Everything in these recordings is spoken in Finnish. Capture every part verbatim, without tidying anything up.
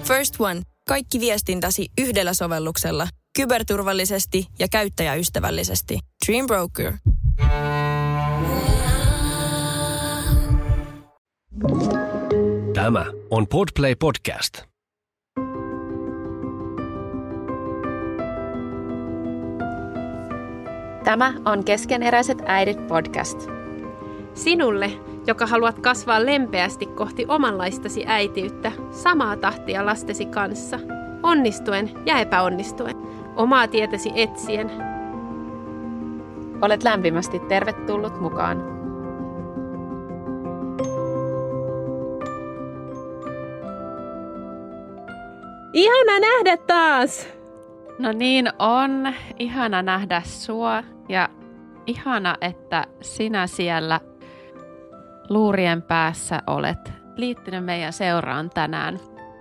First One. Kaikki viestintäsi yhdellä sovelluksella. Kyberturvallisesti ja käyttäjäystävällisesti. Dream Broker. Tämä on Podplay Podcast. Tämä on Keskeneräiset äidit podcast. Sinulle, joka haluat kasvaa lempeästi kohti omanlaistasi äitiyttä, samaa tahtia lastesi kanssa, onnistuen ja epäonnistuen, omaa tietäsi etsien. Olet lämpimästi tervetullut mukaan. Ihana nähdä taas! No niin on. Ihana nähdä sua ja ihana, että sinä siellä luurien päässä olet liittynyt meidän seuraan tänään.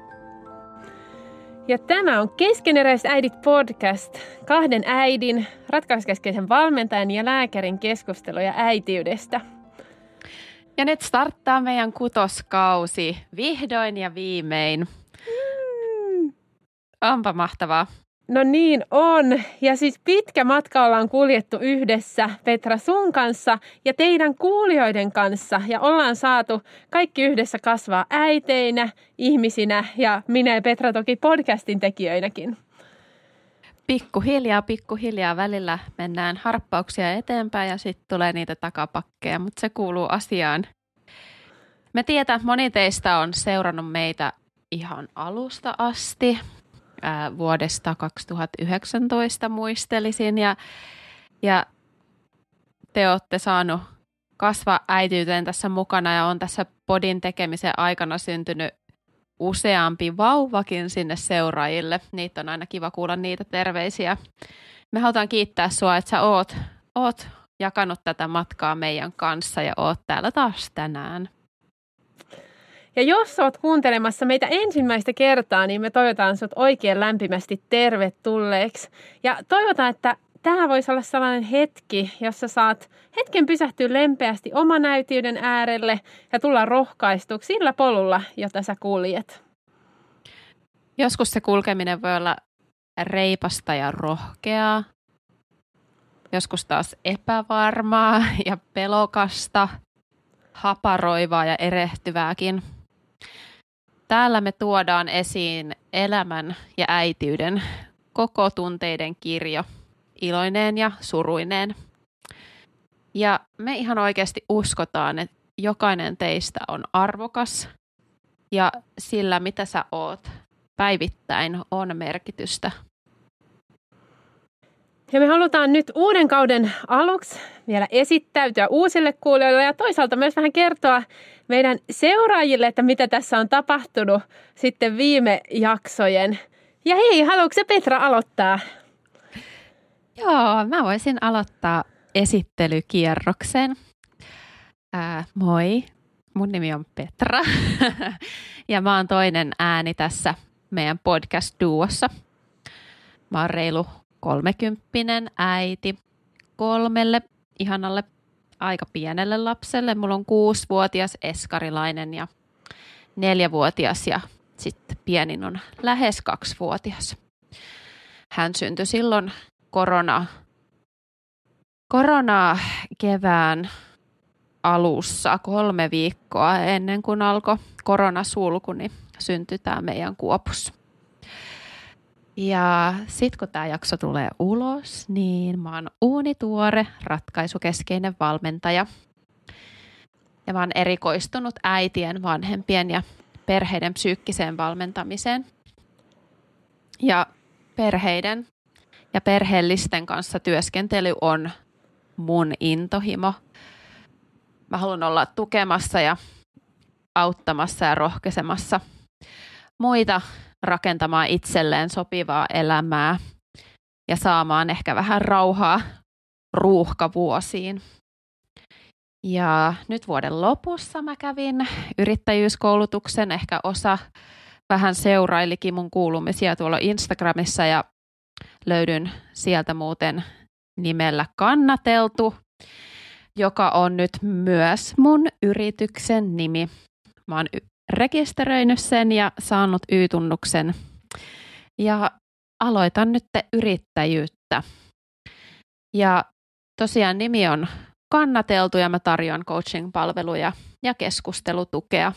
Ja tämä on Keskeneräiset äidit podcast, kahden äidin, ratkauskeskeisen valmentajan ja lääkärin keskusteluja äitiydestä. Ja nyt starttaa meidän kutoskausi vihdoin ja viimein. Mm. Onpa mahtavaa. No niin on. Ja siis pitkä matka ollaan kuljettu yhdessä Petra sun kanssa ja teidän kuulijoiden kanssa. Ja ollaan saatu kaikki yhdessä kasvaa äiteinä, ihmisinä ja minä ja Petra toki podcastin tekijöinäkin. Pikkuhiljaa, pikkuhiljaa välillä mennään harppauksia eteenpäin ja sitten tulee niitä takapakkeja, mutta se kuuluu asiaan. Me tiedetään, että moni teistä on seurannut meitä ihan alusta asti. Vuodesta kaksituhattayhdeksäntoista muistelisin ja, ja te olette saanut kasvaa äitiyteen tässä mukana ja on tässä podin tekemisen aikana syntynyt useampi vauvakin sinne seuraajille. Niitä on aina kiva kuulla niitä terveisiä. Me halutaan kiittää sua, että sä oot, oot jakanut tätä matkaa meidän kanssa ja oot täällä taas tänään. Ja jos oot kuuntelemassa meitä ensimmäistä kertaa, niin me toivotaan sut oikein lämpimästi tervetulleeksi. Ja toivotaan, että tämä voisi olla sellainen hetki, jossa saat hetken pysähtyä lempeästi oman äitiyden äärelle ja tulla rohkaistuksi sillä polulla, jota sä kuljet. Joskus se kulkeminen voi olla reipasta ja rohkeaa. Joskus taas epävarmaa ja pelokasta, haparoivaa ja erehtyvääkin. Täällä me tuodaan esiin elämän ja äitiyden koko tunteiden kirjo, iloineen ja suruineen. Ja me ihan oikeasti uskotaan, että jokainen teistä on arvokas ja sillä, mitä sä oot päivittäin, on merkitystä. Ja me halutaan nyt uuden kauden aluksi vielä esittäytyä uusille kuulijoille ja toisaalta myös vähän kertoa meidän seuraajille, että mitä tässä on tapahtunut sitten viime jaksojen. Ja hei, haluatko se Petra aloittaa? Joo, mä voisin aloittaa esittelykierroksen. Ää, moi, mun nimi on Petra ja mä oon toinen ääni tässä meidän podcast-duossa. Mä oon reilu kolmekymppinen äiti kolmelle ihanalle aika pienelle lapselle. Mulla on kuusivuotias eskarilainen ja neljävuotias ja sitten pienin on lähes kaksivuotias. Hän syntyi silloin korona, korona kevään alussa kolme viikkoa ennen kuin alkoi koronasulku, niin syntyi tämä meidän Kuopussa. Ja sitten kun tämä jakso tulee ulos, niin mä oon uunituore, ratkaisukeskeinen valmentaja. Ja mä oon erikoistunut äitien, vanhempien ja perheiden psyykkiseen valmentamiseen. Ja perheiden ja perheellisten kanssa työskentely on mun intohimo. Mä haluan olla tukemassa ja auttamassa ja rohkaisemassa muita rakentamaan itselleen sopivaa elämää ja saamaan ehkä vähän rauhaa ruuhkavuosiin. Ja nyt vuoden lopussa mä kävin yrittäjyyskoulutuksen, ehkä osa vähän seurailikin mun kuulumisia tuolla Instagramissa ja löydyn sieltä muuten nimellä Kannateltu, joka on nyt myös mun yrityksen nimi. Mä oon rekisteröinyt sen ja saanut Y-tunnuksen. Ja aloitan nyt yrittäjyyttä. Ja tosiaan nimi on Kannateltu ja mä tarjoan coaching-palveluja ja keskustelutukea.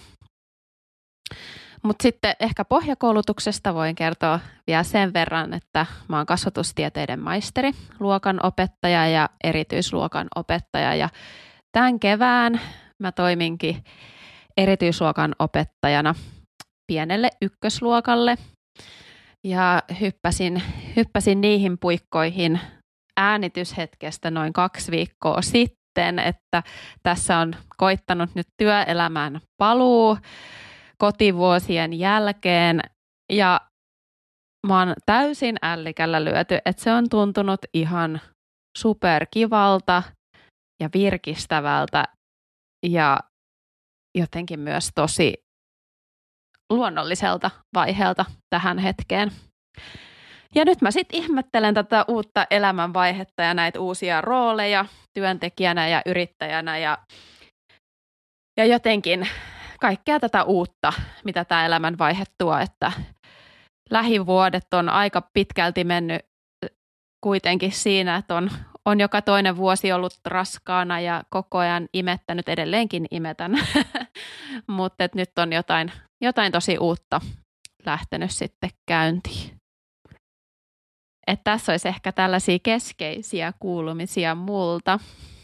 Mutta sitten ehkä pohjakoulutuksesta voin kertoa vielä sen verran, että mä oon kasvatustieteiden maisteri, luokan opettaja ja erityisluokan opettaja. Ja tämän kevään mä toiminkin erityisluokan opettajana pienelle ykkösluokalle ja hyppäsin, hyppäsin niihin puikkoihin äänityshetkestä noin kaksi viikkoa sitten, että tässä on koittanut nyt työelämän paluu kotivuosien jälkeen ja mä oon täysin ällikällä lyöty, että se on tuntunut ihan superkivalta ja virkistävältä ja jotenkin myös tosi luonnolliselta vaiheelta tähän hetkeen. Ja nyt mä sitten ihmettelen tätä uutta elämänvaihetta ja näitä uusia rooleja työntekijänä ja yrittäjänä ja, ja jotenkin kaikkea tätä uutta, mitä tämä elämänvaihe tuo, että lähivuodet on aika pitkälti mennyt kuitenkin siinä, että on, on joka toinen vuosi ollut raskaana ja koko ajan imettänyt, edelleenkin imetän, mutta nyt on jotain, jotain tosi uutta lähtenyt sitten käyntiin. Että tässä olisi ehkä tällaisia keskeisiä kuulumisia multa.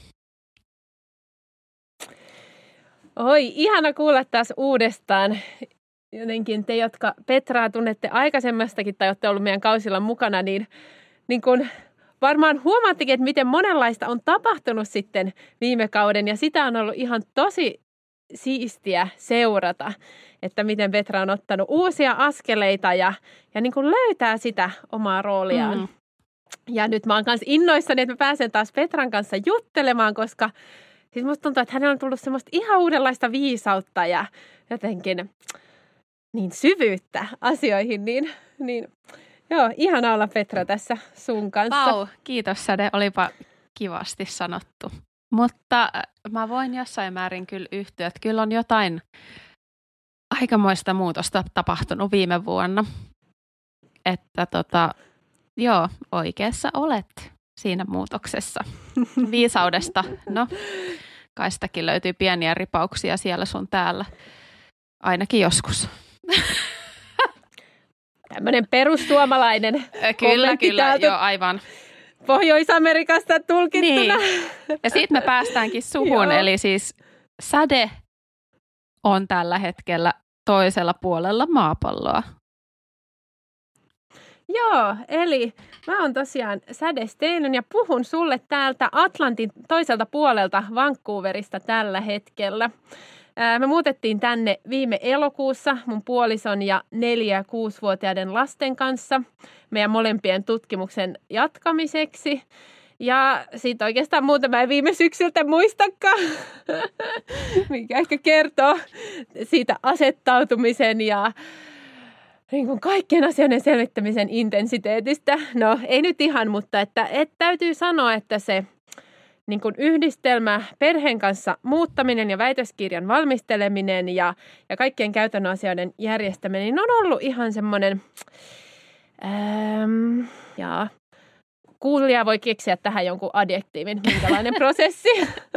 Oi, ihana kuulla taas uudestaan. Jotenkin te, jotka Petraa tunnette aikaisemmastakin tai olette ollut meidän kausilla mukana, niin, niin kun varmaan huomaattekin, että miten monenlaista on tapahtunut sitten viime kauden. Ja sitä on ollut ihan tosi siistiä seurata, että miten Petra on ottanut uusia askeleita ja, ja niin kuin löytää sitä omaa rooliaan. Mm. Ja nyt mä oon kanssa innoissani, että mä pääsen taas Petran kanssa juttelemaan, koska siis musta tuntuu, että hänellä on tullut semmoista ihan uudenlaista viisautta ja jotenkin niin syvyyttä asioihin. Niin, niin joo, ihana olla Petra tässä sun kanssa. Vau, kiitos Säde, olipa kivasti sanottu. Mutta mä voin jossain määrin kyllä yhtyä, että kyllä on jotain aikamoista muutosta tapahtunut viime vuonna. Että tota, joo, oikeassa olet siinä muutoksessa. Viisaudesta, no kai sitäkin löytyy pieniä ripauksia siellä sun täällä, ainakin joskus. Tämmöinen perustuomalainen Kyllä, kyllä, joo aivan. Pohjois-Amerikasta tulkittuna. Niin. Ja sitten me päästäänkin suhun, eli siis Säde on tällä hetkellä toisella puolella maapalloa. Joo, eli mä oon tosiaan Säde Steenon ja puhun sulle täältä Atlantin toiselta puolelta Vancouverista tällä hetkellä. Me muutettiin tänne viime elokuussa mun puolison ja neljä- ja kuusivuotiaiden lasten kanssa meidän molempien tutkimuksen jatkamiseksi. Ja siitä oikeastaan muuta mä en viime syksyltä muistakaan, mikä ehkä kertoo siitä asettautumisen ja niin kuin kaikkien asioiden selvittämisen intensiteetistä. No ei nyt ihan, mutta että, että täytyy sanoa, että se niin kuin yhdistelmä perheen kanssa muuttaminen ja väitöskirjan valmisteleminen ja, ja kaikkien käytännön asioiden järjestäminen niin on ollut ihan semmoinen, ähm, jaa, kuulija voi keksiä tähän jonkun adjektiivin, minkälainen prosessi.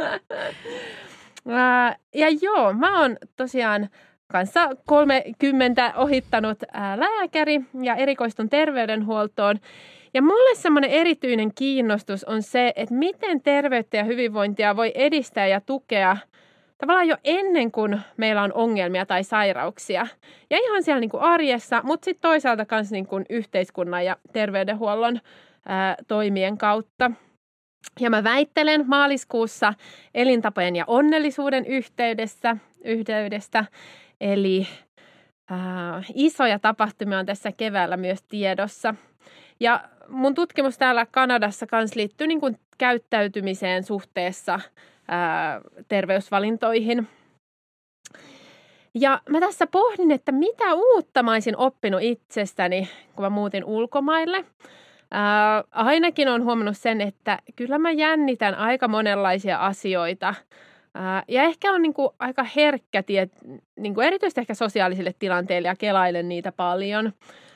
Ja joo, mä oon tosiaan kanssa kolmekymmentä ohittanut ää, lääkäri ja erikoistun terveydenhuoltoon. Ja mulle semmoinen erityinen kiinnostus on se, että miten terveyttä ja hyvinvointia voi edistää ja tukea tavallaan jo ennen kuin meillä on ongelmia tai sairauksia. Ja ihan siellä niin kuin arjessa, mutta sitten toisaalta myös niin kuin yhteiskunnan ja terveydenhuollon ää, toimien kautta. Ja mä väittelen maaliskuussa elintapojen ja onnellisuuden yhteydessä, yhteydestä. Eli ää, isoja tapahtumia on tässä keväällä myös tiedossa. Ja mun tutkimus täällä Kanadassa kanssa liittyy niin kuin käyttäytymiseen suhteessa ää, terveysvalintoihin. Ja mä tässä pohdin, että mitä uutta mä olisin oppinut itsestäni, kun mä muutin ulkomaille. Ää, ainakin olen huomannut sen, että kyllä mä jännitän aika monenlaisia asioita Ja ehkä on niin kuin aika herkkä, tie, niin kuin erityisesti ehkä sosiaalisille tilanteille ja kelailen niitä paljon.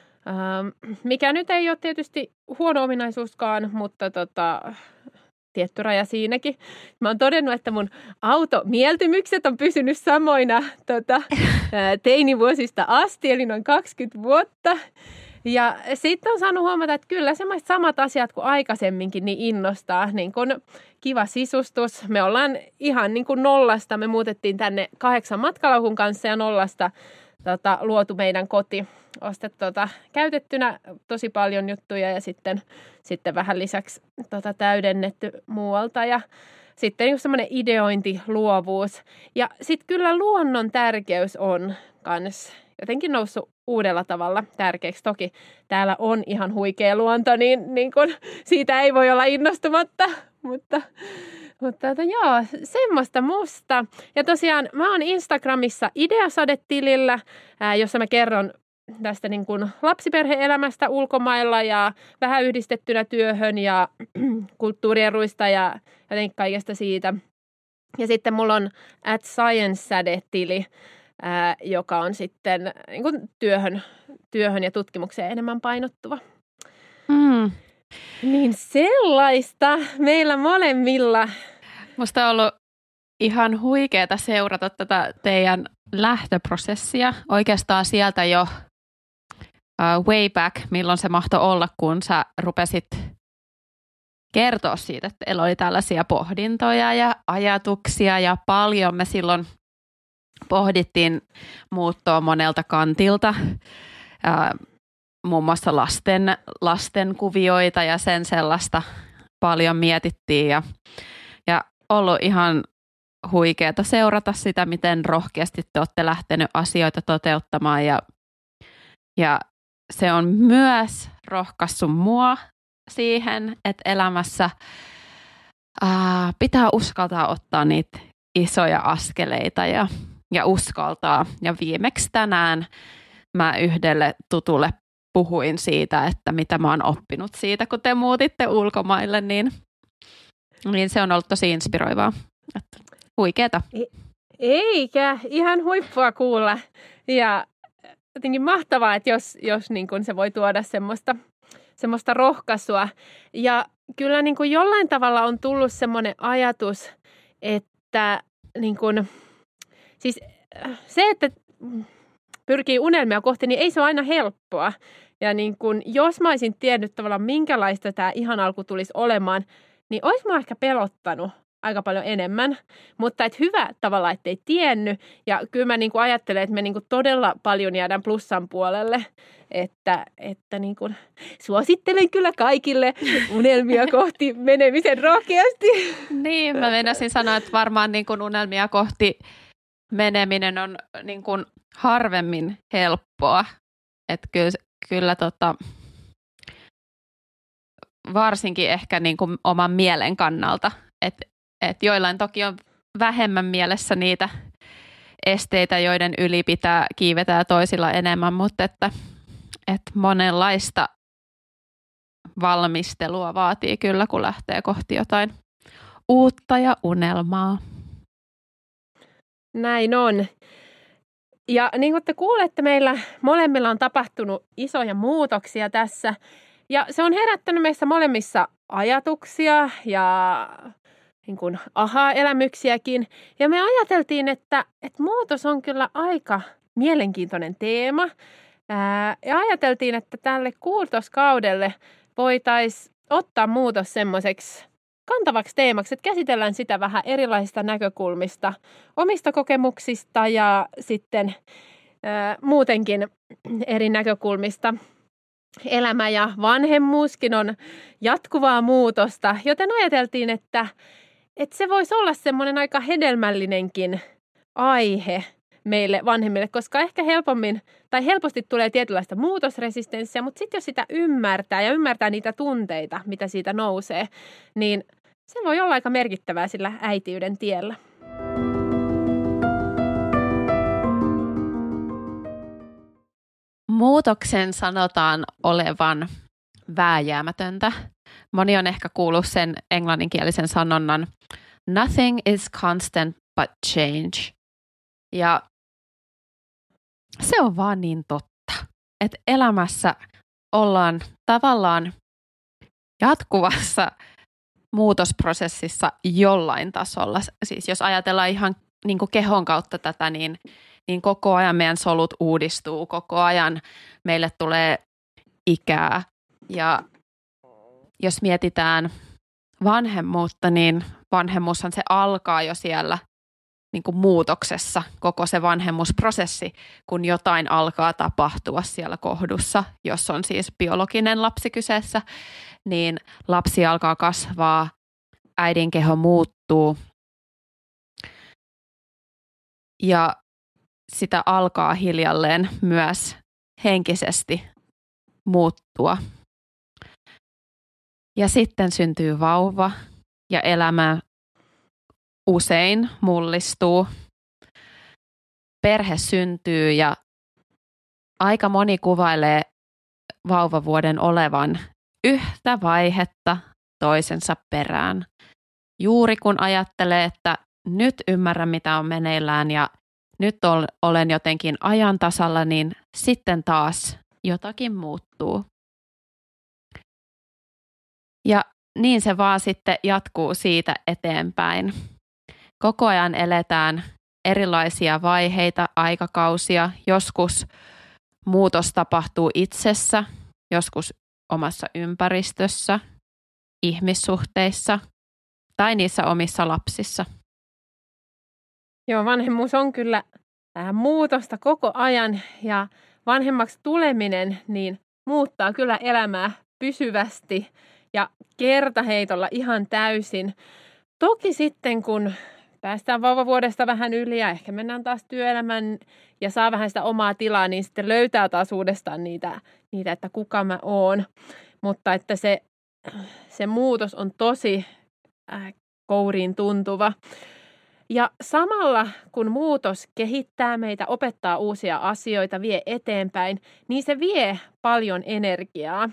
Mikä nyt ei ole tietysti huono ominaisuuskaan, mutta tota, tietty raja siinäkin. Mä oon todennut, että mun automieltymykset on pysynyt samoina tota, teinivuosista asti, eli noin kaksikymmentä vuotta. Ja sitten on saanut huomata, että kyllä semmoiset samat asiat kuin aikaisemminkin niin innostaa. Niin kuin kiva sisustus. Me ollaan ihan niin kuin nollasta. Me muutettiin tänne kahdeksan matkalaukun kanssa ja nollasta tota, luotu meidän koti. Ostettu tota, käytettynä tosi paljon juttuja ja sitten, sitten vähän lisäksi tota, täydennetty muualta. Ja sitten niin semmoinen ideointi, luovuus. Ja sitten kyllä luonnon tärkeys on kans jotenkin noussut uudella tavalla tärkeäksi. Toki täällä on ihan huikea luonto, niin, niin kun siitä ei voi olla innostumatta, mutta, mutta että joo, semmoista musta. Ja tosiaan mä oon Instagramissa Ideasade-tilillä, ää, jossa mä kerron tästä niin kuin lapsiperhe-elämästä ulkomailla ja vähän yhdistettynä työhön ja kulttuurieruista ja jotenkin kaikesta siitä. Ja sitten mulla on at science-sade-tili, Ää, joka on sitten niin kuin työhön, työhön ja tutkimukseen enemmän painottuva. Mm. Niin sellaista meillä molemmilla. Musta on ollut ihan huikeeta seurata tätä teidän lähtöprosessia. Oikeastaan sieltä jo uh, way back, milloin se mahtoi olla, kun sä rupesit kertoa siitä, että teillä oli tällaisia pohdintoja ja ajatuksia ja paljon me silloin pohdittiin muuttoa monelta kantilta, ää, muun muassa lasten, lasten kuvioita ja sen sellaista paljon mietittiin ja, ja ollut ihan huikeata seurata sitä, miten rohkeasti te olette lähtenyt asioita toteuttamaan ja, ja se on myös rohkaissut mua siihen, että elämässä ää, pitää uskaltaa ottaa niitä isoja askeleita ja Ja uskaltaa. Ja viimeksi tänään mä yhdelle tutulle puhuin siitä, että mitä mä oon oppinut siitä, kun te muutitte ulkomaille, niin, niin se on ollut tosi inspiroivaa. Että huikeeta. Eikä, ihan huippua kuulla. Ja jotenkin mahtavaa, että jos, jos niin kun se voi tuoda semmoista, semmoista rohkaisua. Ja kyllä niin kun jollain tavalla on tullut semmoinen ajatus, että niin kun siis se, että pyrkii unelmia kohti, niin ei se ole aina helppoa. Ja niin kun, jos mä olisin tiennyt tavallaan, minkälaista tämä ihan alku tulisi olemaan, niin olisi mä ehkä pelottanut aika paljon enemmän. Mutta et hyvä tavalla, ettei tiennyt. Ja kyllä mä niin kun ajattelen, että me niin kun todella paljon jäädään plussan puolelle. Että, että niin kun, suosittelen kyllä kaikille unelmia kohti menemisen rohkeasti. Niin, mä meinasin sanoa, että varmaan niin kun unelmia kohti meneminen on niin kuin harvemmin helppoa, että kyllä, kyllä tota, varsinkin ehkä niin kuin oman mielen kannalta, että et joillain toki on vähemmän mielessä niitä esteitä, joiden yli pitää kiivetä ja toisilla enemmän, mutta että, että monenlaista valmistelua vaatii kyllä, kun lähtee kohti jotain uutta ja unelmaa. Näin on. Ja niin kuin te kuulette, meillä molemmilla on tapahtunut isoja muutoksia tässä. Ja se on herättänyt meissä molemmissa ajatuksia ja niin kuin aha-elämyksiäkin. Ja me ajateltiin, että, että muutos on kyllä aika mielenkiintoinen teema. Ää, ja ajateltiin, että tälle kuultoskaudelle voitaisiin ottaa muutos semmoiseksi kantavaksi teemaksi, että käsitellään sitä vähän erilaisista näkökulmista, omista kokemuksista ja sitten ää, muutenkin eri näkökulmista. Elämä ja vanhemmuuskin on jatkuvaa muutosta, joten ajateltiin, että, että se voisi olla semmoinen aika hedelmällinenkin aihe meille vanhemmille, koska ehkä helpommin tai helposti tulee tietynlaista muutosresistenssiä, mutta sitten jos sitä ymmärtää ja ymmärtää niitä tunteita, mitä siitä nousee, niin se voi olla aika merkittävää sillä äitiyden tiellä. Muutoksen sanotaan olevan vääjäämätöntä. Moni on ehkä kuullut sen englanninkielisen sanonnan nothing is constant but change. Ja se on vaan niin totta, että elämässä ollaan tavallaan jatkuvassa muutosprosessissa jollain tasolla. Siis jos ajatellaan ihan niin kuin kehon kautta tätä, niin, niin koko ajan meidän solut uudistuu, koko ajan meille tulee ikää. Ja jos mietitään vanhemmuutta, niin vanhemmuushan se alkaa jo siellä niin kuin muutoksessa, koko se vanhemmuusprosessi, kun jotain alkaa tapahtua siellä kohdussa, jos on siis biologinen lapsi kyseessä, niin lapsi alkaa kasvaa, äidin keho muuttuu ja sitä alkaa hiljalleen myös henkisesti muuttua. Ja sitten syntyy vauva ja elämä usein mullistuu. Perhe syntyy ja aika moni kuvailee vauvavuoden olevan yhtä vaihetta toisensa perään. Juuri kun ajattelee, että nyt ymmärrän mitä on meneillään ja nyt olen jotenkin ajan tasalla, niin sitten taas jotakin muuttuu. Ja niin se vaan sitten jatkuu siitä eteenpäin. Koko ajan eletään erilaisia vaiheita, aikakausia. Joskus muutos tapahtuu itsessä, joskus omassa ympäristössä, ihmissuhteissa tai niissä omissa lapsissa. Joo, vanhemmuus on kyllä äh, muutosta koko ajan ja vanhemmaksi tuleminen niin muuttaa kyllä elämää pysyvästi ja kertaheitolla ihan täysin. Toki sitten kun päästään vauvavuodesta vähän yli ja ehkä mennään taas työelämään ja saa vähän sitä omaa tilaa, niin sitten löytää taas uudestaan niitä, niitä että kuka mä oon. Mutta että se, se muutos on tosi äh, kouriin tuntuva. Ja samalla kun muutos kehittää meitä, opettaa uusia asioita, vie eteenpäin, niin se vie paljon energiaa.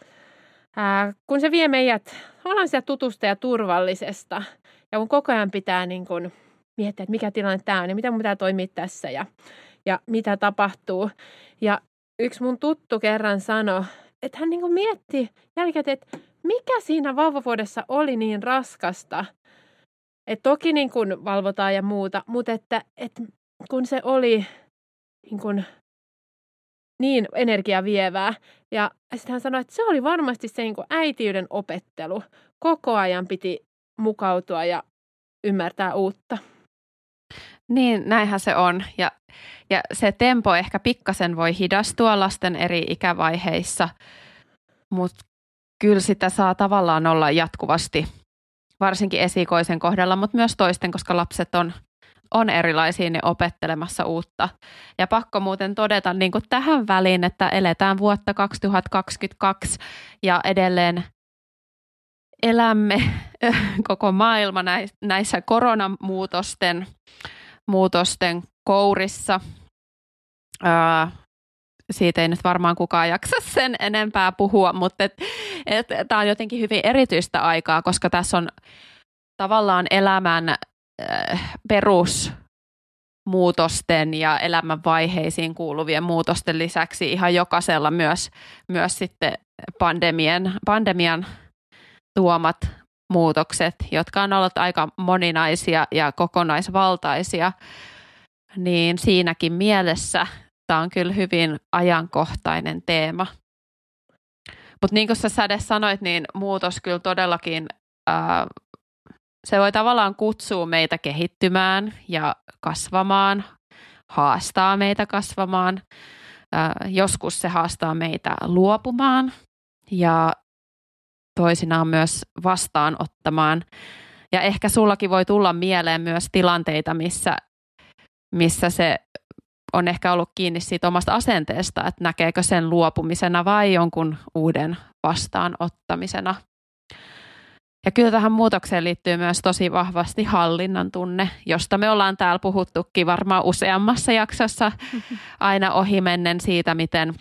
Ää, kun se vie meidät, ollaan sitä tutusta ja turvallisesta. Ja kun koko ajan pitää niin kun miettiä, että mikä tilanne tämä on ja mitä mun pitää toimia tässä ja, ja mitä tapahtuu. Ja yksi mun tuttu kerran sanoi, että hän niin kun mietti jälkeen, että mikä siinä vauvavuodessa oli niin raskasta. Että toki niin kun valvotaan ja muuta, mutta että, että kun se oli niin, kun niin energiavievää. Ja sitten hän sanoi, että se oli varmasti se niin kun äitiyden opettelu. Koko ajan piti mukautua ja ymmärtää uutta. Niin, näinhän se on. Ja, ja se tempo ehkä pikkasen voi hidastua lasten eri ikävaiheissa, mutta kyllä sitä saa tavallaan olla jatkuvasti, varsinkin esikoisen kohdalla, mutta myös toisten, koska lapset on, on erilaisia, niin opettelemassa uutta. Ja pakko muuten todeta niin kuin tähän väliin, että eletään vuotta kaksituhattakaksikymmentäkaksi ja edelleen elämme koko maailma näissä koronamuutosten muutosten kourissa. Ää, siitä ei nyt varmaan kukaan jaksa sen enempää puhua, mutta tämä on jotenkin hyvin erityistä aikaa, koska tässä on tavallaan elämän äh, perusmuutosten ja elämän vaiheisiin kuuluvien muutosten lisäksi ihan jokaisella myös, myös sitten pandemian, pandemian tuomat muutokset, jotka on ollut aika moninaisia ja kokonaisvaltaisia, niin siinäkin mielessä tämä on kyllä hyvin ajankohtainen teema. Mutta niin kuin sä Säde sanoit, niin muutos kyllä todellakin, ää, se voi tavallaan kutsua meitä kehittymään ja kasvamaan, haastaa meitä kasvamaan. Ää, joskus se haastaa meitä luopumaan ja toisinaan myös vastaanottamaan. Ja ehkä sullakin voi tulla mieleen myös tilanteita, missä, missä se on ehkä ollut kiinni siitä omasta asenteesta, että näkeekö sen luopumisena vai jonkun uuden vastaanottamisena. Ja kyllä tähän muutokseen liittyy myös tosi vahvasti hallinnan tunne, josta me ollaan täällä puhuttukin varmaan useammassa jaksossa aina ohimennen siitä, miten,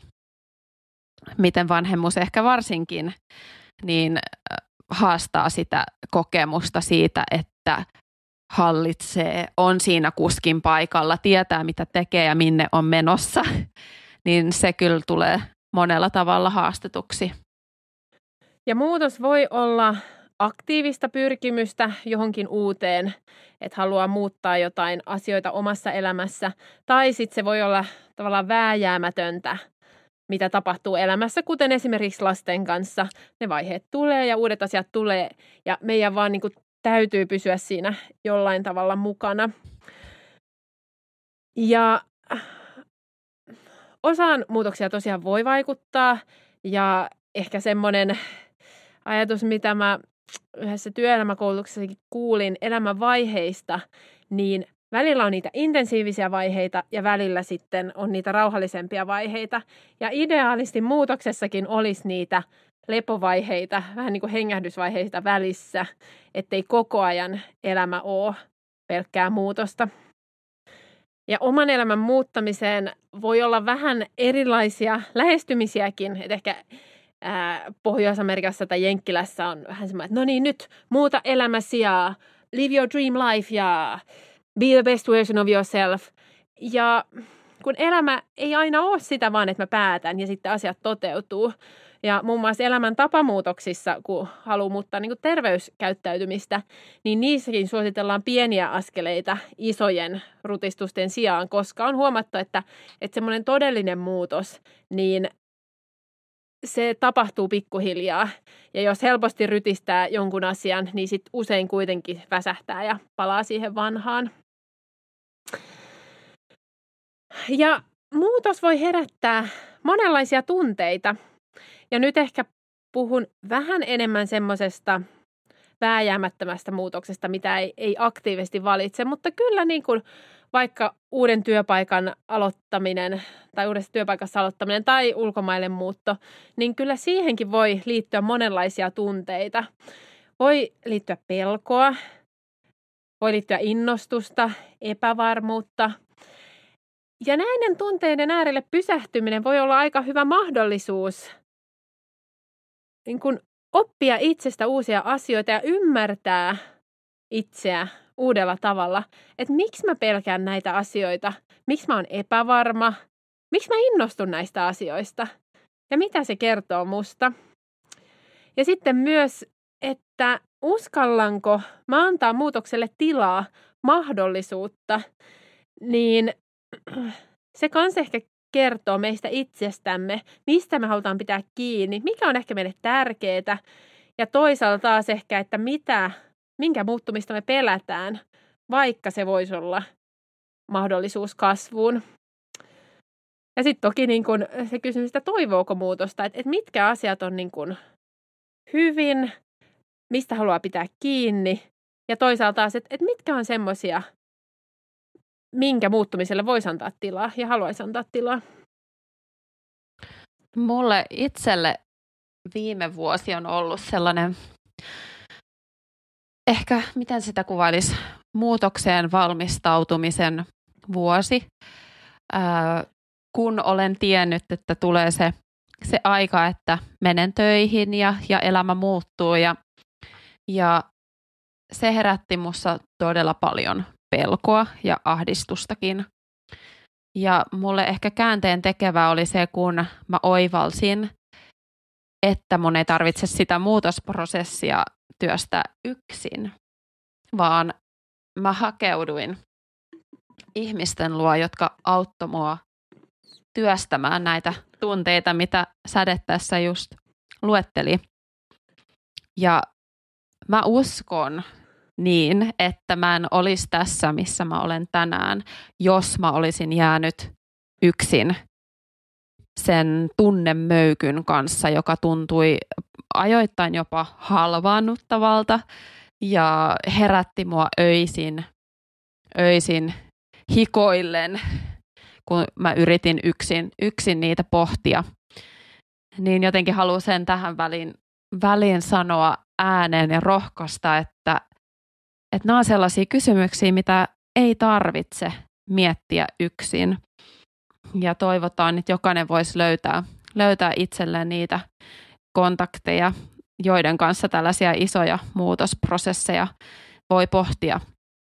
miten vanhemmuus ehkä varsinkin niin haastaa sitä kokemusta siitä, että hallitsee, on siinä kuskin paikalla, tietää mitä tekee ja minne on menossa, niin se kyllä tulee monella tavalla haastetuksi. Ja muutos voi olla aktiivista pyrkimystä johonkin uuteen, että haluaa muuttaa jotain asioita omassa elämässä, tai sitten se voi olla tavallaan vääjäämätöntä, mitä tapahtuu elämässä, kuten esimerkiksi lasten kanssa. Ne vaiheet tulee ja uudet asiat tulee, ja meidän vaan niin kuin täytyy pysyä siinä jollain tavalla mukana. Ja osaan muutoksia tosiaan voi vaikuttaa, ja ehkä semmoinen ajatus, mitä mä yhdessä työelämäkoulutuksessakin kuulin elämänvaiheista, niin välillä on niitä intensiivisiä vaiheita ja välillä sitten on niitä rauhallisempia vaiheita. Ja ideaalisti muutoksessakin olisi niitä lepovaiheita, vähän niin kuin hengähdysvaiheita välissä, ettei koko ajan elämä ole pelkkää muutosta. Ja oman elämän muuttamiseen voi olla vähän erilaisia lähestymisiäkin, että ehkä ää, Pohjois-Amerikassa tai Jenkkilässä on vähän semmoinen, että no niin nyt muuta elämäsi ja live your dream life ja be the best version of yourself. Ja kun elämä ei aina ole sitä vaan, että mä päätän ja sitten asiat toteutuu. Ja muun muassa elämän tapamuutoksissa, kun haluaa muuttaa niin kuin terveyskäyttäytymistä, niin niissäkin suositellaan pieniä askeleita isojen rutistusten sijaan, koska on huomattu, että, että semmoinen todellinen muutos, niin se tapahtuu pikkuhiljaa. Ja jos helposti rytistää jonkun asian, niin sit usein kuitenkin väsähtää ja palaa siihen vanhaan. Ja muutos voi herättää monenlaisia tunteita. Ja nyt ehkä puhun vähän enemmän semmoisesta vääjäämättömästä muutoksesta, mitä ei, ei aktiivisesti valitse, mutta kyllä niin kuin vaikka uuden työpaikan aloittaminen tai uudessa työpaikassa aloittaminen tai ulkomaille muutto, niin kyllä siihenkin voi liittyä monenlaisia tunteita. Voi liittyä pelkoa, voi liittyä innostusta, epävarmuutta. Ja näiden tunteiden äärelle pysähtyminen voi olla aika hyvä mahdollisuus niin kuin oppia itsestä uusia asioita ja ymmärtää itseä uudella tavalla, että miksi mä pelkään näitä asioita, miksi mä oon epävarma, miksi mä innostun näistä asioista ja mitä se kertoo musta. Ja sitten myös, että uskallanko mä antaa muutokselle tilaa, mahdollisuutta, niin se kans ehkä kertoo meistä itsestämme, mistä me halutaan pitää kiinni, mikä on ehkä meille tärkeää ja toisaalta taas ehkä, että mitä, minkä muuttumista me pelätään, vaikka se voisi olla mahdollisuus kasvuun. Ja sitten toki niin kun se kysymys, että toivooko muutosta, että, että mitkä asiat on niin kun hyvin, mistä haluaa pitää kiinni ja toisaalta taas, että, että mitkä on semmoisia, minkä muuttumiselle voisi antaa tilaa ja haluaisi antaa tilaa. Mulle itselle viime vuosi on ollut sellainen, ehkä miten sitä kuvailisi, muutokseen valmistautumisen vuosi, ää, kun olen tiennyt, että tulee se, se aika, että menen töihin ja, ja elämä muuttuu ja, ja se herätti musta todella paljon pelkoa ja ahdistustakin. Ja mulle ehkä käänteen tekevä oli se, kun mä oivalsin, että mun ei tarvitse sitä muutosprosessia työstää yksin, vaan mä hakeuduin ihmisten luo, jotka auttoi mua työstämään näitä tunteita, mitä Säde tässä just luetteli. Ja mä uskon niin, että mä en olisi tässä, missä mä olen tänään, jos mä olisin jäänyt yksin sen tunnemöykyn kanssa, joka tuntui ajoittain jopa halvaannuttavalta ja herätti mua öisin, öisin hikoillen, kun mä yritin yksin, yksin niitä pohtia. Niin jotenkin haluan sen tähän väliin, väliin sanoa ääneen ja rohkaista, että Että nämä on sellaisia kysymyksiä, mitä ei tarvitse miettiä yksin. Ja toivotaan, että jokainen voisi löytää, löytää itselleen niitä kontakteja, joiden kanssa tällaisia isoja muutosprosesseja voi pohtia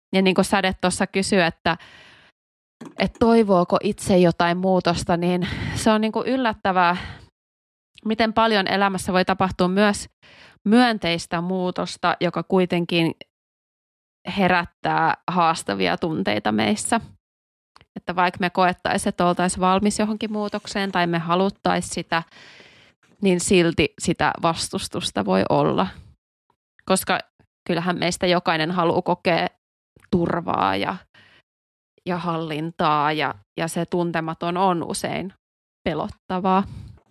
Ja niin kuin Sade tuossa kysyi, että, että toivooko itse jotain muutosta, niin se on niin kuin yllättävää, miten paljon elämässä voi tapahtua myös myönteistä muutosta, joka kuitenkin herättää haastavia tunteita meissä. Että vaikka me koettaisiin, että oltaisiin valmis johonkin muutokseen tai me haluttaisiin sitä, niin silti sitä vastustusta voi olla. Koska kyllähän meistä jokainen haluaa kokea turvaa ja, ja hallintaa ja, ja se tuntematon on usein pelottavaa.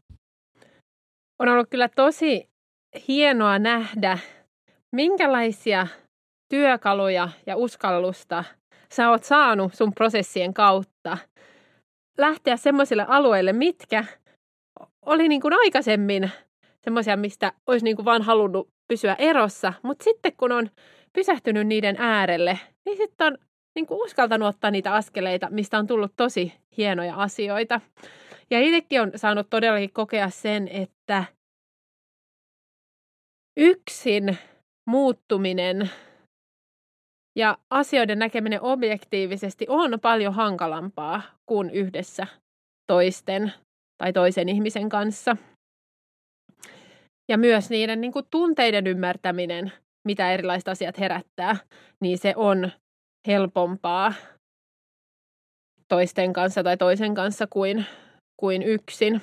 On ollut kyllä tosi hienoa nähdä, minkälaisia työkaluja ja uskallusta sä oot saanut sun prosessien kautta lähteä semmoisille alueille, mitkä oli niin kuin aikaisemmin semmoisia, mistä olisi niin kuin vaan halunnut pysyä erossa, mutta sitten kun on pysähtynyt niiden äärelle, niin sitten on niin kuin uskaltanut ottaa niitä askeleita, mistä on tullut tosi hienoja asioita. Ja itsekin on saanut todellakin kokea sen, että yksin muuttuminen ja asioiden näkeminen objektiivisesti on paljon hankalampaa kuin yhdessä toisten tai toisen ihmisen kanssa. Ja myös niiden niin kuin tunteiden ymmärtäminen, mitä erilaiset asiat herättää, niin se on helpompaa toisten kanssa tai toisen kanssa kuin, kuin yksin.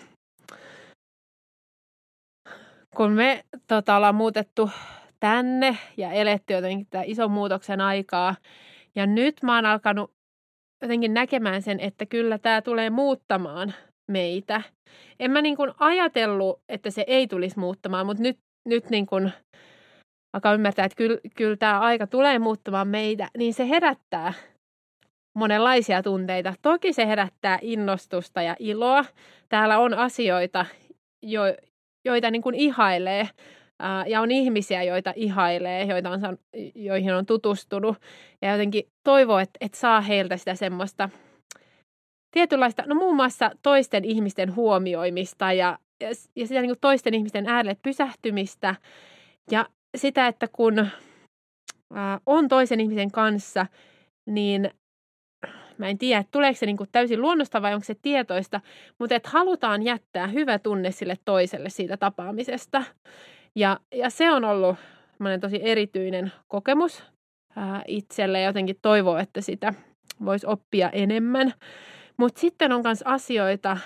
Kun me tota, ollaan muutettu tänne ja eletty jotenkin tämän ison muutoksen aikaa, ja nyt mä oon alkanut jotenkin näkemään sen, että kyllä tämä tulee muuttamaan meitä. En mä niin kuin ajatellut, että se ei tulisi muuttamaan, mutta nyt, nyt niin kuin alkaa ymmärtää, että kyllä, kyllä tämä aika tulee muuttamaan meitä, niin se herättää monenlaisia tunteita. Toki se herättää innostusta ja iloa. Täällä on asioita, jo, joita niin kuin ihailee, ää, ja on ihmisiä, joita ihailee, joita on, joihin on tutustunut, ja jotenkin toivoo, että, että saa heiltä sitä semmoista tietynlaista, no muun muassa toisten ihmisten huomioimista ja, ja, ja sitä niin kuin toisten ihmisten äärelle pysähtymistä ja sitä, että kun ää, on toisen ihmisen kanssa, niin mä en tiedä, että tuleeko se niin kuin täysin luonnosta vai onko se tietoista, mutta että halutaan jättää hyvä tunne sille toiselle siitä tapaamisesta. Ja, ja se on ollut tosi erityinen kokemus ää, itselle ja jotenkin toivoo, että sitä voisi oppia enemmän. Mutta sitten on myös asioita,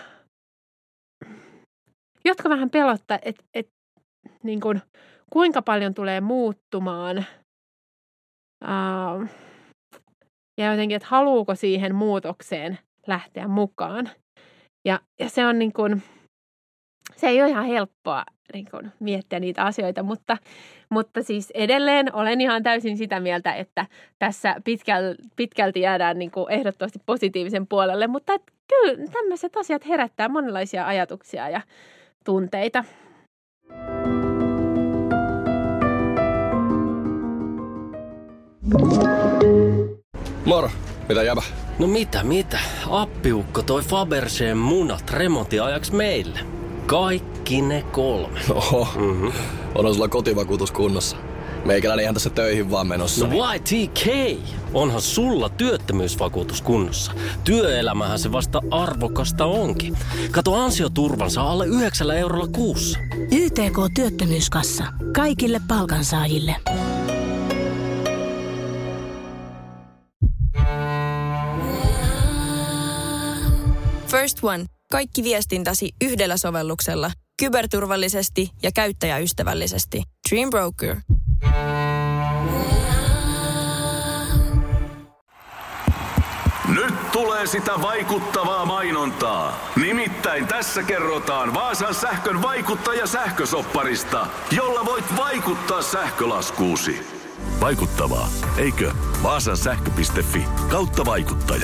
jotka vähän pelottaa, että et, niin kun, kuinka paljon tulee muuttumaan ää, ja jotenkin, että haluuko siihen muutokseen lähteä mukaan. Ja, ja se on niin kun, se ei ole ihan helppoa niin kun miettiä niitä asioita, mutta, mutta siis edelleen olen ihan täysin sitä mieltä, että tässä pitkäl, pitkälti jäädään niin kun ehdottomasti positiivisen puolelle, mutta et kyllä tämmöiset asiat herättää monenlaisia ajatuksia ja tunteita. Moro, mitä jäbä? No mitä, mitä? Appiukko toi Faberseen munat remontiajaksi meille. Kaikki ne kolme. Oho, mm-hmm. Onhan sulla kotivakuutus kunnossa. Meikäläinen ihan tässä töihin vaan menossa. No Y T K, onhan sulla työttömyysvakuutus kunnossa. Työelämähän se vasta arvokasta onkin. Kato ansioturvansa alle yhdeksällä eurolla kuussa. Y T K-työttömyyskassa. Kaikille palkansaajille. First One. Kaikki viestintäsi yhdellä sovelluksella. Kyberturvallisesti ja käyttäjäystävällisesti. Dream Broker. Nyt tulee sitä vaikuttavaa mainontaa. Nimittäin tässä kerrotaan Vaasan sähkön vaikuttaja sähkösopparista, jolla voit vaikuttaa sähkölaskuusi. Vaikuttavaa, eikö? Vaasan sähkö piste fi kautta vaikuttaja.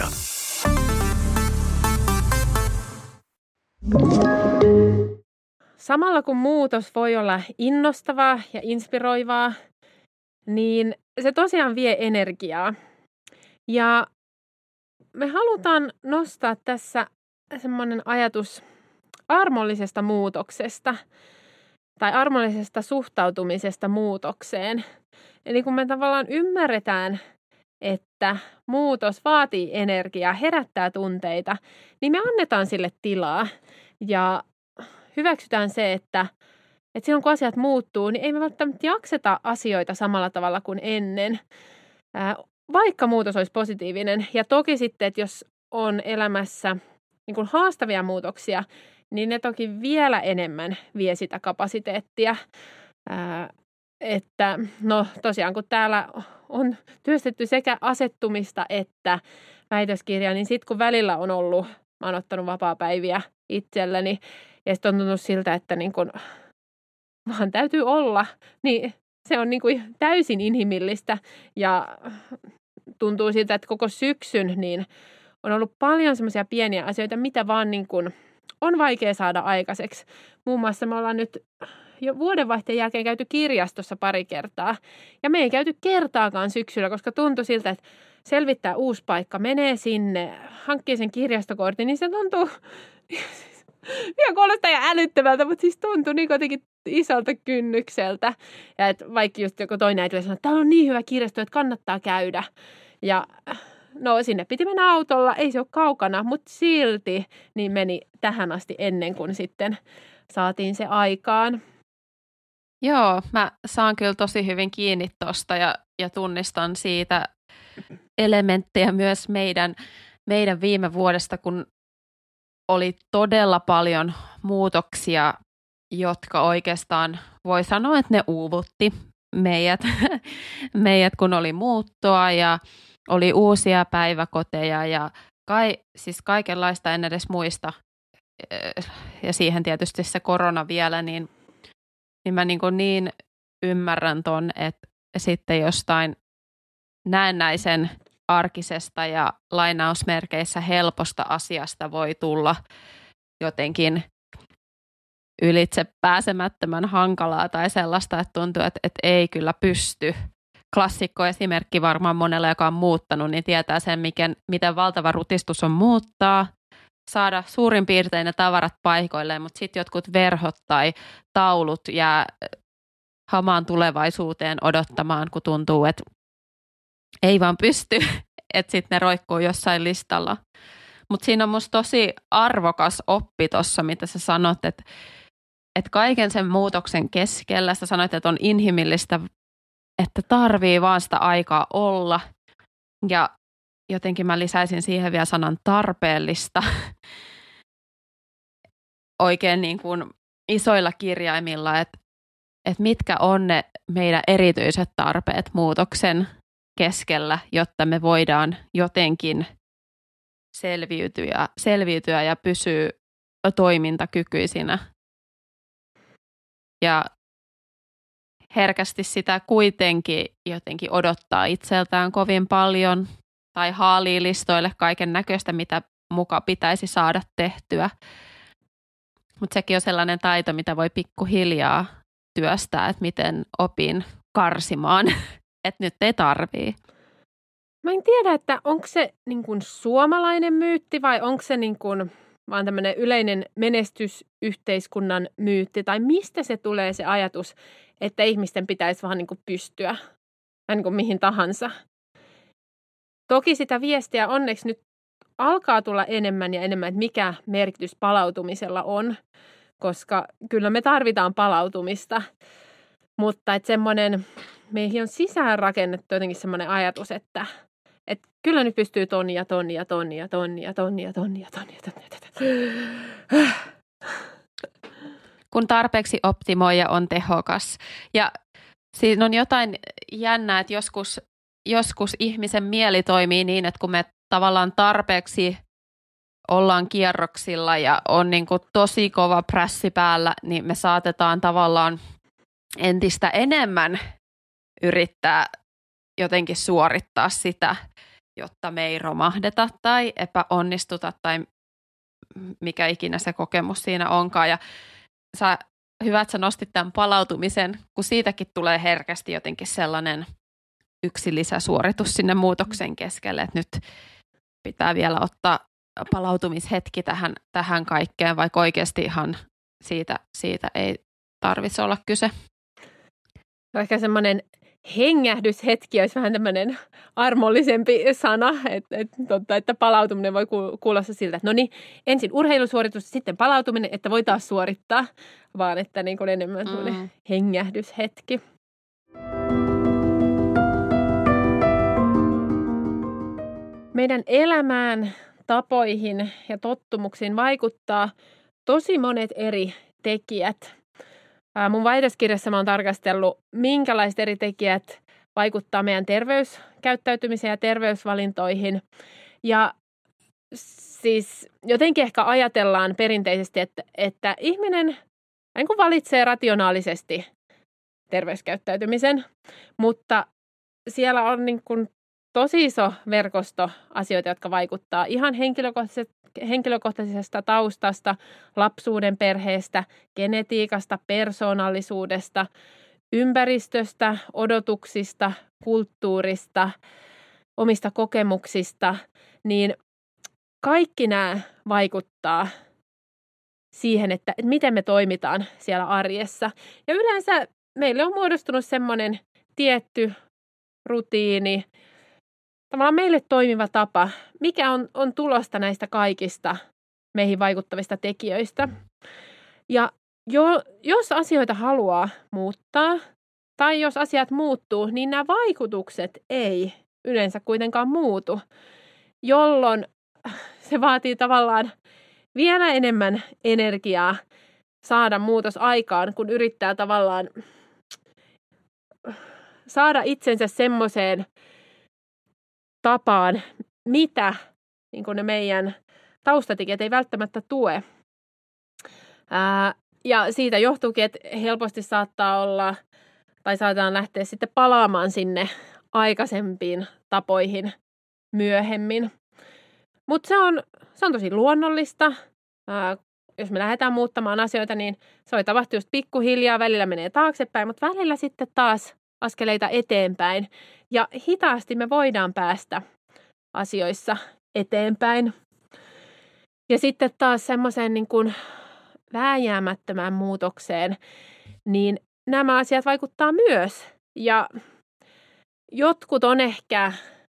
Samalla kun muutos voi olla innostavaa ja inspiroivaa, niin se tosiaan vie energiaa. Ja me halutaan nostaa tässä semmoinen ajatus armollisesta muutoksesta tai armollisesta suhtautumisesta muutokseen. Eli kun me tavallaan ymmärretään, että muutos vaatii energiaa, herättää tunteita, niin me annetaan sille tilaa ja hyväksytään se, että, että silloin kun asiat muuttuu, niin ei me välttämättä jakseta asioita samalla tavalla kuin ennen, vaikka muutos olisi positiivinen. Ja toki sitten, että jos on elämässä niin kuin haastavia muutoksia, niin ne toki vielä enemmän vie sitä kapasiteettia. Ää, että no tosiaan, kun täällä on työstetty sekä asettumista että väitöskirjaa, niin sitten kun välillä on ollut, mä oon ottanut vapaapäiviä itselleni, ja sitten on tuntunut siltä, että niin kun vaan täytyy olla, niin se on niin kuin täysin inhimillistä ja tuntuu siltä, että koko syksyn niin on ollut paljon semmoisia pieniä asioita, mitä vaan niin kuin on vaikea saada aikaiseksi. Muun muassa me ollaan nyt jo vuodenvaihteen jälkeen käyty kirjastossa pari kertaa. Ja me ei käyty kertaakaan syksyllä, koska tuntui siltä, että selvittää uusi paikka, menee sinne, hankkii sen kirjastokortin, niin se tuntuu, vielä kuulostaa ihan älyttömältä, mutta siis tuntuu niin jotenkin isolta kynnykseltä. Ja että vaikka just joku toinen äiti sanoo, että täällä on niin hyvä kirjasto, että kannattaa käydä. Ja no sinne piti mennä autolla, ei se ole kaukana, mutta silti niin meni tähän asti ennen kuin sitten saatiin se aikaan. Joo, mä saan kyllä tosi hyvin kiinni tuosta ja, ja tunnistan siitä elementtejä myös meidän, meidän viime vuodesta, kun oli todella paljon muutoksia, jotka oikeastaan voi sanoa, että ne uuvutti meidät, meidät kun oli muuttoa ja oli uusia päiväkoteja ja kai, siis kaikenlaista en edes muista. Ja siihen tietysti se korona vielä, niin, niin mä niin, niin ymmärrän ton, että sitten jostain näennäisen arkisesta ja lainausmerkeissä helposta asiasta voi tulla jotenkin ylitse pääsemättömän hankalaa tai sellaista, että tuntuu, että, että ei kyllä pysty. Klassikko esimerkki varmaan monella, joka on muuttanut, niin tietää sen, miten, miten valtava rutistus on muuttaa, saada suurin piirtein ne tavarat paikoilleen, mutta sitten jotkut verhot tai taulut jää hamaan tulevaisuuteen odottamaan, kun tuntuu, että ei vaan pysty, että sitten ne roikkuu jossain listalla. Mutta siinä on musta tosi arvokas oppi tuossa, mitä sä sanot, että, että kaiken sen muutoksen keskellä, sä sanoit, että on inhimillistä, että tarvii vaan sitä aikaa olla. Ja jotenkin mä lisäisin siihen vielä sanan tarpeellista. Oikein niin kuin isoilla kirjaimilla, että, että mitkä on ne meidän erityiset tarpeet muutoksen keskellä, jotta me voidaan jotenkin selviytyä, selviytyä ja pysyä toimintakykyisinä. Ja herkästi sitä kuitenkin jotenkin odottaa itseltään kovin paljon tai haalii listoille kaiken näköistä, mitä muka pitäisi saada tehtyä. Mutta sekin on sellainen taito, mitä voi pikkuhiljaa työstää, että miten opin karsimaan, että nyt ei tarvii. Mä en tiedä, että onko se niin kuin suomalainen myytti vai onko se niin kuin vaan tämmöinen yleinen menestysyhteiskunnan myytti, tai mistä se tulee se ajatus, että ihmisten pitäisi vaan niin kuin pystyä, tai niin kuin mihin tahansa. Toki sitä viestiä onneksi nyt alkaa tulla enemmän ja enemmän, että mikä merkitys palautumisella on, koska kyllä me tarvitaan palautumista, mutta että semmoinen, meihin on sisään rakennettu jotenkin semmoinen ajatus, että että kyllä nyt pystyy tonni ja tonni ja tonni ja tonni ja tonni ja tonni ja tonni ja tonni. Kun tarpeeksi optimoi ja on tehokas. Ja siinä on jotain jännää, että joskus, joskus ihmisen mieli toimii niin, että kun me tavallaan tarpeeksi ollaan kierroksilla ja on niin kuin tosi kova prässi päällä, niin me saatetaan tavallaan entistä enemmän yrittää jotenkin suorittaa sitä, jotta me ei romahdeta tai epäonnistuta tai mikä ikinä se kokemus siinä onkaan. Ja sä, hyvä, että sä nostit tämän palautumisen, kun siitäkin tulee herkästi jotenkin sellainen yksi lisäsuoritus sinne muutoksen keskelle, että nyt pitää vielä ottaa palautumishetki tähän, tähän kaikkeen, vaikka oikeasti ihan siitä, siitä ei tarvitse olla kyse. Ehkä semmoinen hengähdyshetki olisi vähän tämmöinen armollisempi sana, että, että, totta, että palautuminen voi kuulostaa siltä, että no niin, ensin urheilusuoritus, sitten palautuminen, että voi taas suorittaa, vaan että niin kuin enemmän semmoinen mm. hengähdyshetki. Meidän elämään, tapoihin ja tottumuksiin vaikuttaa tosi monet eri tekijät. Mun vaihdeskirjassa mä oon tarkastellut, minkälaiset eri tekijät vaikuttaa meidän terveyskäyttäytymiseen ja terveysvalintoihin. Ja siis jotenkin ehkä ajatellaan perinteisesti, että, että ihminen niin kuin valitsee rationaalisesti terveyskäyttäytymisen, mutta siellä on niin kuin tosi iso verkosto asioita, jotka vaikuttaa ihan henkilökohtaisesta taustasta, lapsuuden perheestä, genetiikasta, persoonallisuudesta, ympäristöstä, odotuksista, kulttuurista, omista kokemuksista, niin kaikki nämä vaikuttaa siihen, että, että miten me toimitaan siellä arjessa. Ja yleensä meille on muodostunut semmoinen tietty rutiini, tavallaan meille toimiva tapa, mikä on, on tulosta näistä kaikista meihin vaikuttavista tekijöistä. Ja jo, jos asioita haluaa muuttaa tai jos asiat muuttuu, niin nämä vaikutukset ei yleensä kuitenkaan muutu, jolloin se vaatii tavallaan vielä enemmän energiaa saada muutos aikaan, kun yrittää tavallaan saada itsensä semmoiseen tapaan, mitä niin kuin ne meidän taustatekijät ei välttämättä tue. Ää, ja siitä johtuukin, että helposti saattaa olla, tai saatetaan lähteä sitten palaamaan sinne aikaisempiin tapoihin myöhemmin. Mutta se on, se on tosi luonnollista. Ää, jos me lähdetään muuttamaan asioita, niin se voi tapahtua just pikkuhiljaa, välillä menee taaksepäin, mutta välillä sitten taas askeleita eteenpäin. Ja hitaasti me voidaan päästä asioissa eteenpäin. Ja sitten taas semmoiseen niin kuin vääjäämättömään muutokseen, niin nämä asiat vaikuttaa myös. Ja jotkut on ehkä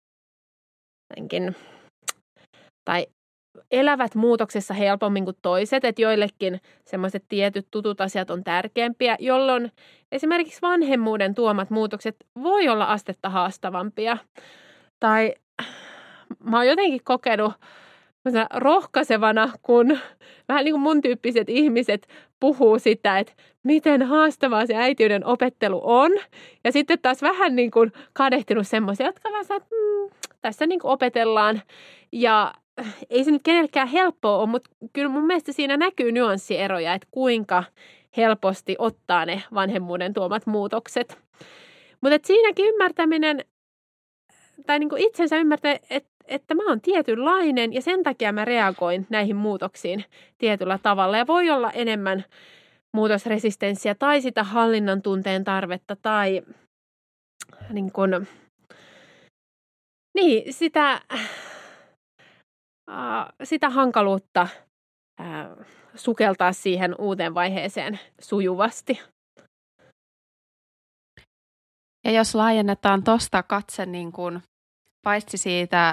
tai elävät muutoksessa helpommin kuin toiset, että joillekin semmoiset tietyt tutut asiat on tärkeämpiä, jolloin esimerkiksi vanhemmuuden tuomat muutokset voi olla astetta haastavampia. Tai mä oon jotenkin kokenut rohkaisevana, kun vähän niin kuin mun tyyppiset ihmiset puhuu sitä, että miten haastavaa se äitiyden opettelu on. Ja sitten taas vähän niin kuin kadehtinut semmoisia, jotka vähän saa, että mm, tässä niin kuin opetellaan. Ja ei se nyt kenellekään helppoa ole, mutta kyllä mun mielestä siinä näkyy nyanssieroja, että kuinka helposti ottaa ne vanhemmuuden tuomat muutokset. Mutta siinäkin ymmärtäminen, tai niin kuin itsensä ymmärtää, että, että mä oon tietynlainen ja sen takia mä reagoin näihin muutoksiin tietyllä tavalla. Ja voi olla enemmän muutosresistenssiä tai sitä hallinnan tunteen tarvetta tai niin kuin, niin, sitä... sitä hankaluutta ää, sukeltaa siihen uuteen vaiheeseen sujuvasti. Ja jos laajennetaan tuosta katse niin kuin paitsi siitä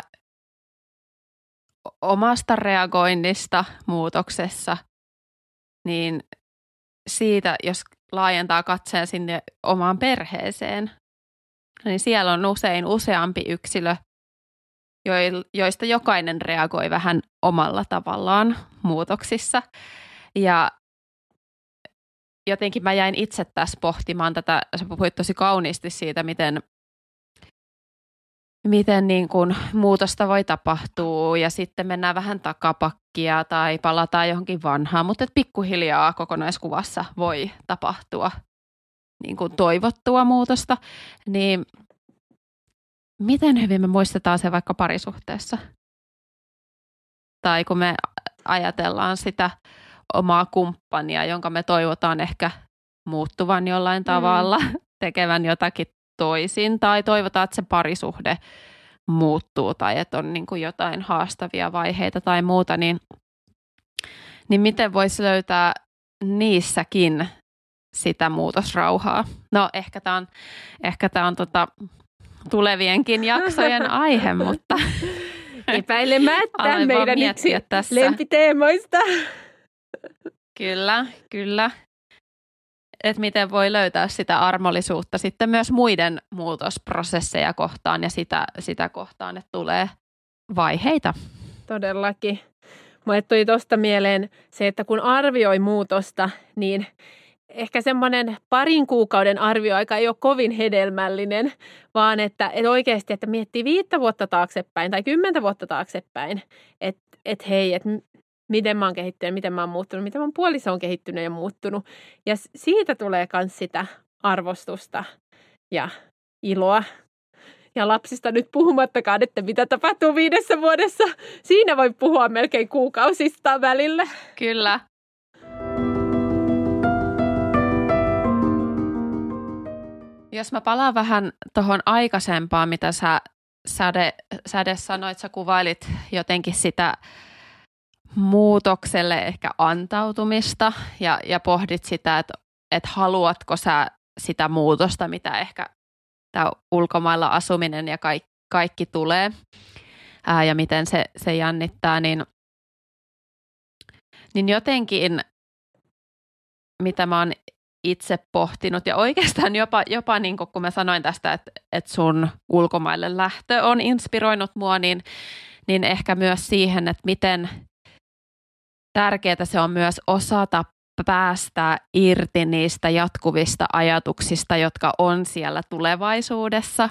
omasta reagoinnista muutoksessa, niin siitä, jos laajentaa katseen sinne omaan perheeseen, niin siellä on usein useampi yksilö, joista jokainen reagoi vähän omalla tavallaan muutoksissa. Ja jotenkin mä jäin itse tässä pohtimaan tätä, sä puhuit tosi kauniisti siitä, miten, miten niin kuin muutosta voi tapahtua ja sitten mennään vähän takapakkia tai palataan johonkin vanhaan, mutta pikkuhiljaa kokonaiskuvassa voi tapahtua niin kuin toivottua muutosta, niin miten hyvin me muistetaan se vaikka parisuhteessa? Tai kun me ajatellaan sitä omaa kumppania, jonka me toivotaan ehkä muuttuvan jollain tavalla, mm. tekevän jotakin toisin, tai toivotaan, että se parisuhde muuttuu, tai että on niin kuin jotain haastavia vaiheita tai muuta, niin, niin miten voisi löytää niissäkin sitä muutosrauhaa. No ehkä tämä on, ehkä tää on tota, tulevienkin jaksojen aihe, mutta epäilemättä meidän yksi tässä lempiteemoista. Kyllä, kyllä. Että miten voi löytää sitä armollisuutta sitten myös muiden muutosprosesseja kohtaan ja sitä, sitä kohtaan, että tulee vaiheita. Todellakin. Mulle tuli tuosta mieleen se, että kun arvioi muutosta, niin ehkä semmoinen parin kuukauden arvioaika ei ole kovin hedelmällinen, vaan että, että oikeasti, että miettii viittä vuotta taaksepäin tai kymmentä vuotta taaksepäin, että, että hei, että miten mä oon kehittynyt, miten mä oon muuttunut, miten mun puoliso on kehittynyt ja muuttunut. Ja siitä tulee myös sitä arvostusta ja iloa. Ja lapsista nyt puhumattakaan, että mitä tapahtuu viidessä vuodessa. Siinä voi puhua melkein kuukausista välillä. Kyllä. Jos mä palaan vähän tuohon aikaisempaan, mitä sä Säde, Säde sanoit, sä kuvailit jotenkin sitä muutokselle ehkä antautumista ja, ja pohdit sitä, että, että haluatko sä sitä muutosta, mitä ehkä tämä ulkomailla asuminen ja kaikki, kaikki tulee ää, ja miten se, se jännittää, niin, niin jotenkin mitä mä oon itse pohtinut ja oikeastaan jopa, jopa niin kun mä sanoin tästä, että, että sun ulkomaille lähtö on inspiroinut mua, niin, niin ehkä myös siihen, että miten tärkeää se on myös osata päästä irti niistä jatkuvista ajatuksista, jotka on siellä tulevaisuudessa,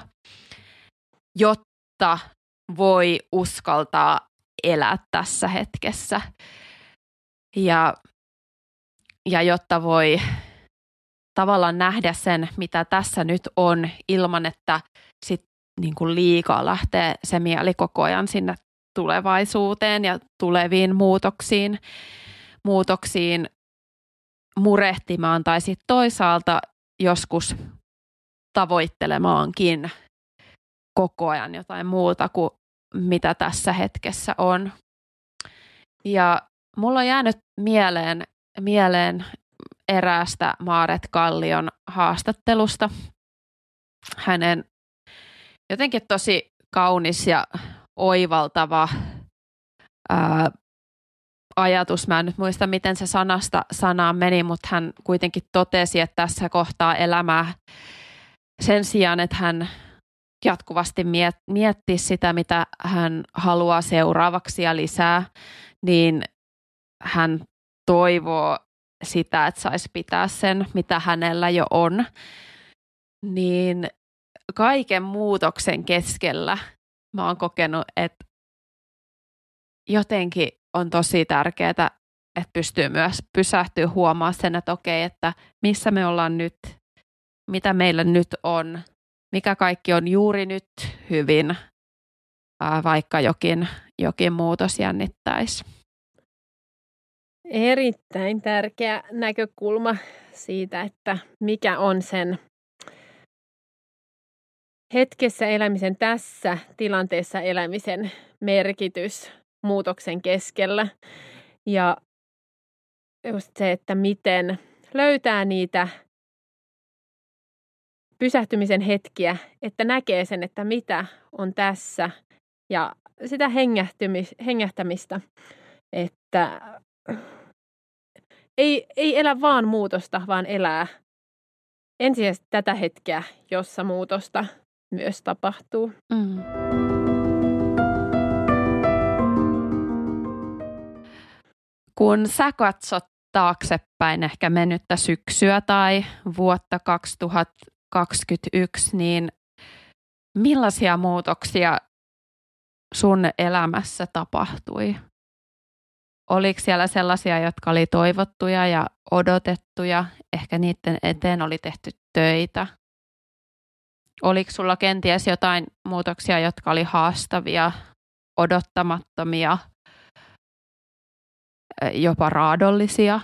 jotta voi uskaltaa elää tässä hetkessä ja, ja jotta voi tavallaan nähdä sen, mitä tässä nyt on, ilman että sit niin kuin liikaa lähtee se mieli koko ajan sinne tulevaisuuteen ja tuleviin muutoksiin, muutoksiin murehtimaan tai sitten toisaalta joskus tavoittelemaankin koko ajan jotain muuta kuin mitä tässä hetkessä on. Ja mulla on jäänyt mieleen, mieleen eräästä Maaret Kallion haastattelusta. Hänen jotenkin tosi kaunis ja oivaltava ää, ajatus. Mä en nyt muista, miten se sanasta sanaan meni, mutta hän kuitenkin totesi, että tässä kohtaa elämää sen sijaan, että hän jatkuvasti miet- miettii sitä, mitä hän haluaa seuraavaksi ja lisää, niin hän toivoo sitä, että saisi pitää sen, mitä hänellä jo on. Niin kaiken muutoksen keskellä mä oon kokenut, että jotenkin on tosi tärkeää, että pystyy myös pysähtyä huomaamaan sen, että okei, että missä me ollaan nyt, mitä meillä nyt on, mikä kaikki on juuri nyt hyvin, vaikka jokin, jokin muutos jännittäisi. Erittäin tärkeä näkökulma siitä, että mikä on sen hetkessä elämisen, tässä tilanteessa elämisen merkitys muutoksen keskellä. Ja just se, että miten löytää niitä pysähtymisen hetkiä, että näkee sen, että mitä on tässä ja sitä hengähtämistä, että ei, ei elä vaan muutosta, vaan elää ensisijaisesti tätä hetkeä, jossa muutosta myös tapahtuu. Mm. Kun sä katsot taaksepäin ehkä mennyttä syksyä tai vuotta kaksituhattakaksikymmentäyksi, niin millaisia muutoksia sun elämässä tapahtui? Oliko siellä sellaisia, jotka oli toivottuja ja odotettuja? Ehkä niiden eteen oli tehty töitä. Oliko sulla kenties jotain muutoksia, jotka oli haastavia, odottamattomia, jopa raadollisia?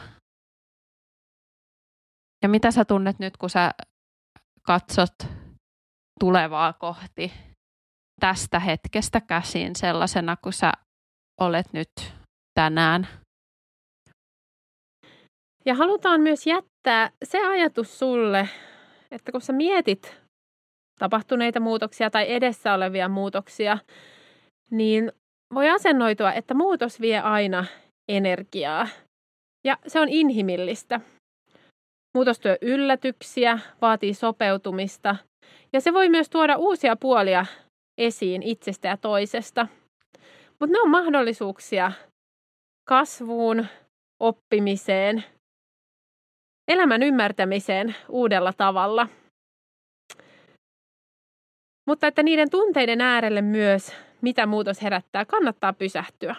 Ja mitä sä tunnet nyt, kun sä katsot tulevaa kohti tästä hetkestä käsin sellaisena, kun sä olet nyt tänään? Ja halutaan myös jättää riittää se ajatus sulle, että kun sä mietit tapahtuneita muutoksia tai edessä olevia muutoksia, niin voi asennoitua, että muutos vie aina energiaa. Ja se on inhimillistä. Muutos tuo yllätyksiä, vaatii sopeutumista ja se voi myös tuoda uusia puolia esiin itsestä ja toisesta. Mutta ne on mahdollisuuksia kasvuun, oppimiseen, elämän ymmärtämiseen uudella tavalla. Mutta että niiden tunteiden äärelle myös, mitä muutos herättää, kannattaa pysähtyä.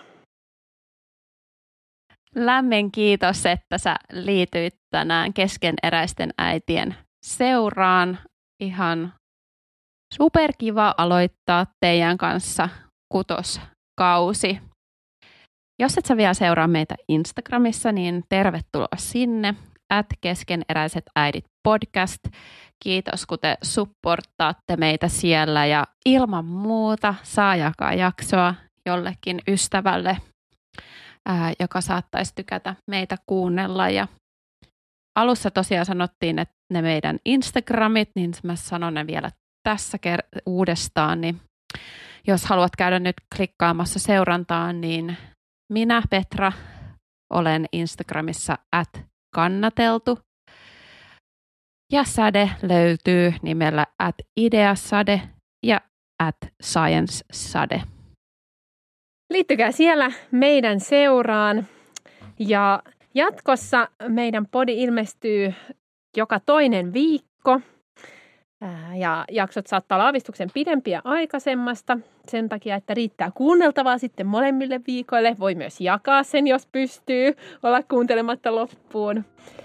Lämmin kiitos, että sä liityit tänään keskeneräisten äitien seuraan. Ihan superkiva aloittaa teidän kanssa kutoskausi. Jos et sä vielä seuraa meitä Instagramissa, niin tervetuloa sinne. At keskeneräiset äidit podcast. Kiitos, kun te supportaatte meitä siellä ja ilman muuta saa jakaa jaksoa jollekin ystävälle, ää, joka saattaisi tykätä meitä kuunnella. Ja alussa tosiaan sanottiin, että ne meidän Instagramit, niin mä sanon ne vielä tässä ker- uudestaan. Niin jos haluat käydä nyt klikkaamassa seurantaan, niin minä, Petra, olen Instagramissa at kannateltu. Ja Sade löytyy nimellä at ideasade ja at sciencesade. Liittykää siellä meidän seuraan. Ja jatkossa meidän podi ilmestyy joka toinen viikko. Ja jaksot saattaa olla aavistuksen pidempiä aikaisemmasta sen takia, että riittää kuunneltavaa sitten molemmille viikoille. Voi myös jakaa sen, jos pystyy olla kuuntelematta loppuun.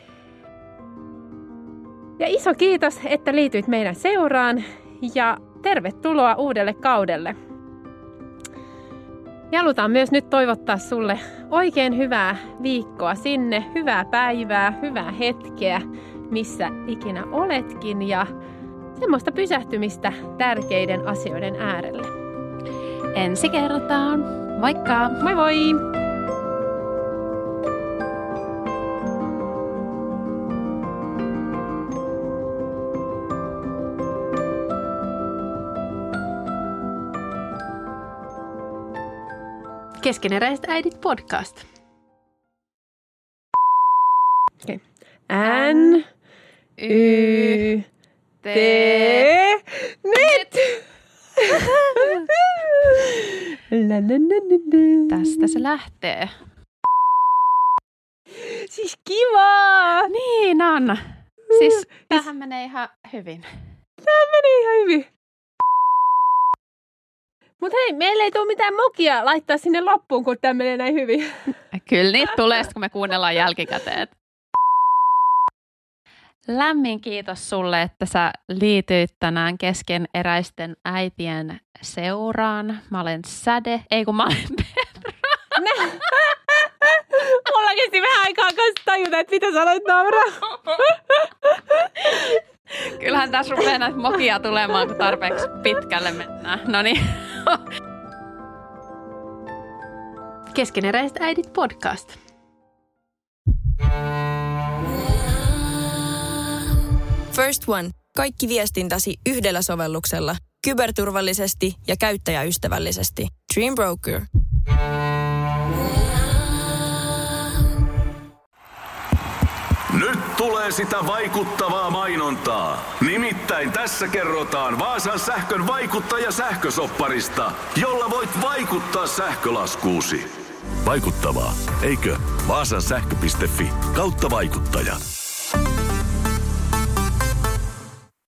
Ja iso kiitos, että liityit meidän seuraan ja tervetuloa uudelle kaudelle. Ja halutaan myös nyt toivottaa sulle oikein hyvää viikkoa sinne, hyvää päivää, hyvää hetkeä, missä ikinä oletkin ja semmoista pysähtymistä tärkeiden asioiden äärelle. Ensi kertaan. Moikka! Moi moi! Keskeneräiset äidit podcast. Okay. N, Y, T, net! Tästä se lähtee. Siis kiva! Niin on. Siis tämähän menee ihan hyvin. Tämä menee ihan hyvin. Mutta hei, meillä ei tule mitään mokia laittaa sinne loppuun, kun tämä menee näin hyvin. Kyllä niitä tulee, kun me kuunnellaan jälkikäteen. Lämmin kiitos sulle, että sä liityit tänään keskeneräisten äitien seuraan. Mä olen Säde, ei kun mä olen Petra. Mulla kesti vähän aikaa kanssa tajuta, että mitä sä aloit nauraa. Kyllähän tässä rupeaa näitä mokia tulemaan, kun tarpeeksi pitkälle mennään. Noniin. Keskeneräiset äidit podcast. First One. Kaikki viestintäsi yhdellä sovelluksella. Kyberturvallisesti ja käyttäjäystävällisesti. Dream Broker. Nyt tulee sitä vaikuttavaa mainontaa. Nimittäin tässä kerrotaan Vaasan sähkön vaikuttaja sähkösopparista, jolla voit vaikuttaa sähkölaskuusi. Vaikuttavaa, eikö? Vaasan sähkö piste fi kautta vaikuttaja.